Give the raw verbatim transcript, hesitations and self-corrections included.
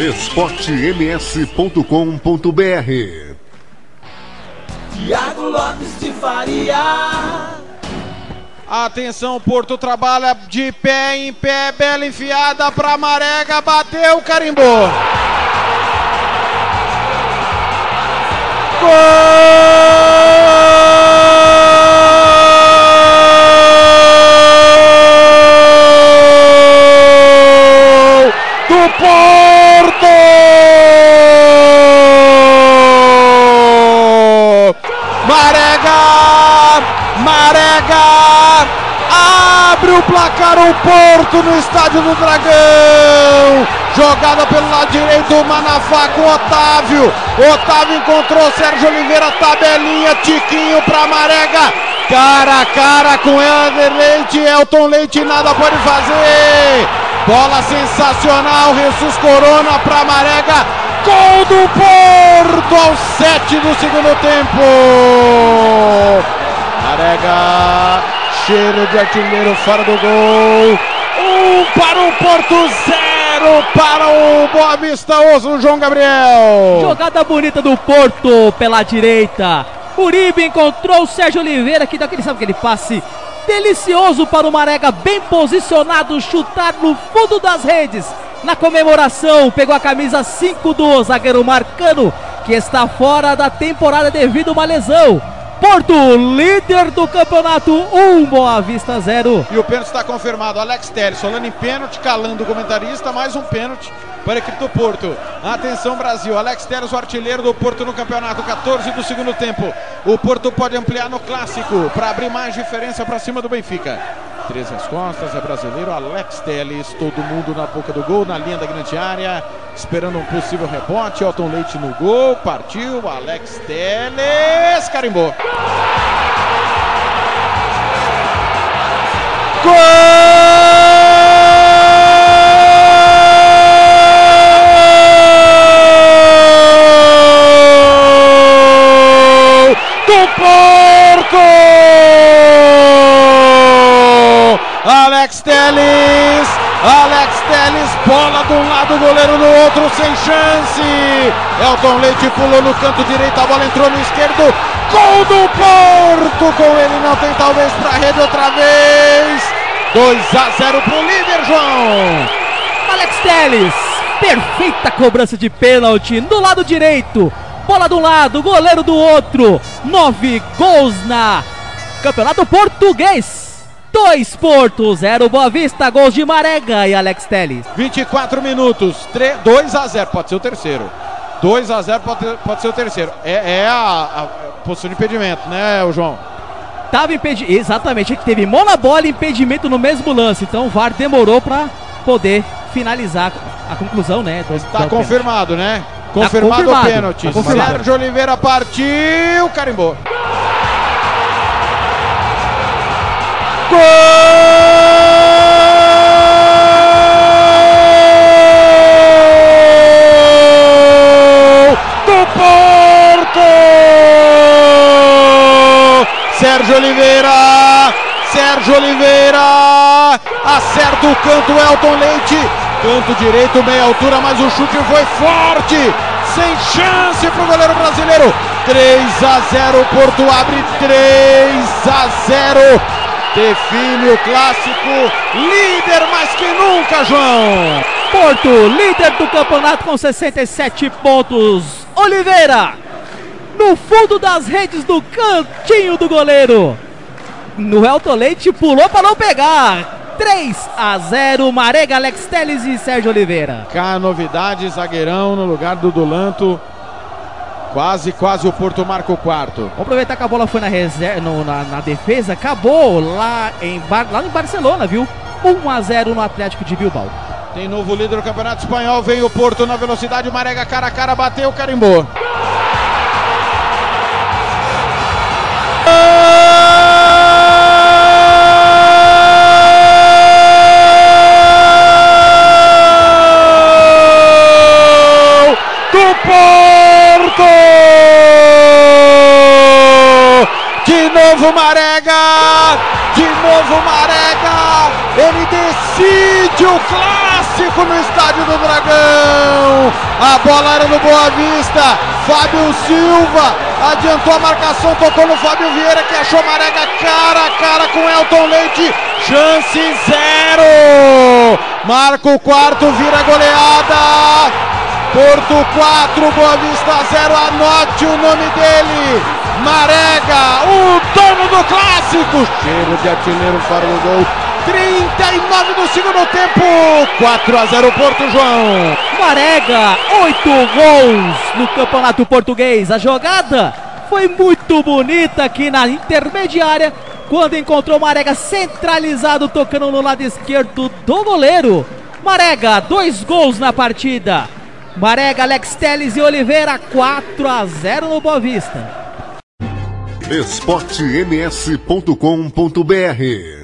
esporte m s ponto com ponto b r. Thiago Lopes de Faria. Atenção, Porto trabalha de pé em pé, bela enfiada pra Marega, bateu, carimbou. Gol do Porto! Marega! Marega! Abre o placar o Porto no Estádio do Dragão. Jogada pelo lado direito, o Manafá com o Otávio. Otávio encontrou Sérgio Oliveira, tabelinha, Tiquinho pra Marega. Cara a cara com Éder Leite, Elton Leite, nada pode fazer. Bola sensacional, Jesus Corona pra Marega. Gol do Porto aos sete do segundo tempo. Marega, cheiro de artilheiro fora do gol. Um para o Porto, zero para o Boa Vista, Oso João Gabriel. Jogada bonita do Porto pela direita. Uribe encontrou o Sérgio Oliveira, que daquele sabe aquele passe delicioso para o Marega, bem posicionado, chutar no fundo das redes. Na comemoração, pegou a camisa cinco do zagueiro Marcano, que está fora da temporada devido a uma lesão. Porto, líder do campeonato, um, Boa Vista zero. E o pênalti está confirmado, Alex Telles, rolando em pênalti, calando o comentarista, mais um pênalti para a equipe do Porto. Atenção Brasil, Alex Telles, o artilheiro do Porto no campeonato, quatorze do segundo tempo. O Porto pode ampliar no clássico para abrir mais diferença para cima do Benfica. treze às costas, é brasileiro, Alex Telles, todo mundo na boca do gol, na linha da grande área, esperando um possível rebote. Elton Leite no gol, partiu, Alex Telles, carimbou. Gol do Porto! Alex Telles, Alex Telles, bola de um lado, goleiro do outro, sem chance. Elton Leite pulou no canto direito, a bola entrou no esquerdo. Gol do Porto, com ele não tem talvez para a rede outra vez. dois a zero para o líder, João. Alex Telles, perfeita cobrança de pênalti do lado direito. Bola de um lado, goleiro do outro. Nove gols na Campeonato Português. Dois Porto, zero Boa Vista, gols de Marega e Alex Telles. vinte e quatro minutos, dois a zero, pode ser o terceiro. dois a zero pode, pode ser o terceiro. É, é a, a posição de impedimento, né, o João? Tava impedido, exatamente, teve mão na bola e impedimento no mesmo lance. Então o V A R demorou para poder finalizar a conclusão, né? Está confirmado, né? Confirmado, tá confirmado o pênalti. Tá confirmado. Sérgio Oliveira partiu, carimbou. Gol do Porto! Sérgio Oliveira, Sérgio Oliveira, acerta o canto, Elton Leite, canto direito, meia altura, mas o chute foi forte, sem chance para o goleiro brasileiro. Três a zero, Porto abre três a zero. Define o clássico, líder mais que nunca, João. Porto, líder do campeonato com sessenta e sete pontos. Oliveira, no fundo das redes do cantinho do goleiro. No Elton Leite pulou para não pegar. três a zero, Marega, Alex Telles e Sérgio Oliveira. Cá novidade, zagueirão no lugar do Dulanto. Quase, quase o Porto marca o quarto. Vamos aproveitar que a bola foi na, reserva, no, na, na defesa. Acabou lá em, Bar, lá em Barcelona, viu? um a zero no Atlético de Bilbao. Tem novo líder do Campeonato Espanhol. Vem o Porto na velocidade. Marega cara a cara, bateu, carimbou. Do Porto! De novo Marega! De novo Marega! Ele decide o clássico no Estádio do Dragão! A bola era do Boa Vista. Fábio Silva adiantou a marcação, tocou no Fábio Vieira, que achou Marega cara a cara com Elton Leite. Chance zero. Marca o quarto, vira goleada. Porto quatro, Boa Vista zero. Anote o nome dele. Marega, o dono do clássico. Cheiro de artilheiro fora do gol. trinta e nove do segundo tempo. quatro a zero Porto, João. Marega, oito gols no Campeonato Português. A jogada foi muito bonita aqui na intermediária, quando encontrou Marega centralizado, tocando no lado esquerdo do goleiro. Marega, dois gols na partida. Marega, Alex Telles e Oliveira, quatro a zero no Boa Vista. esporte m s ponto com ponto b r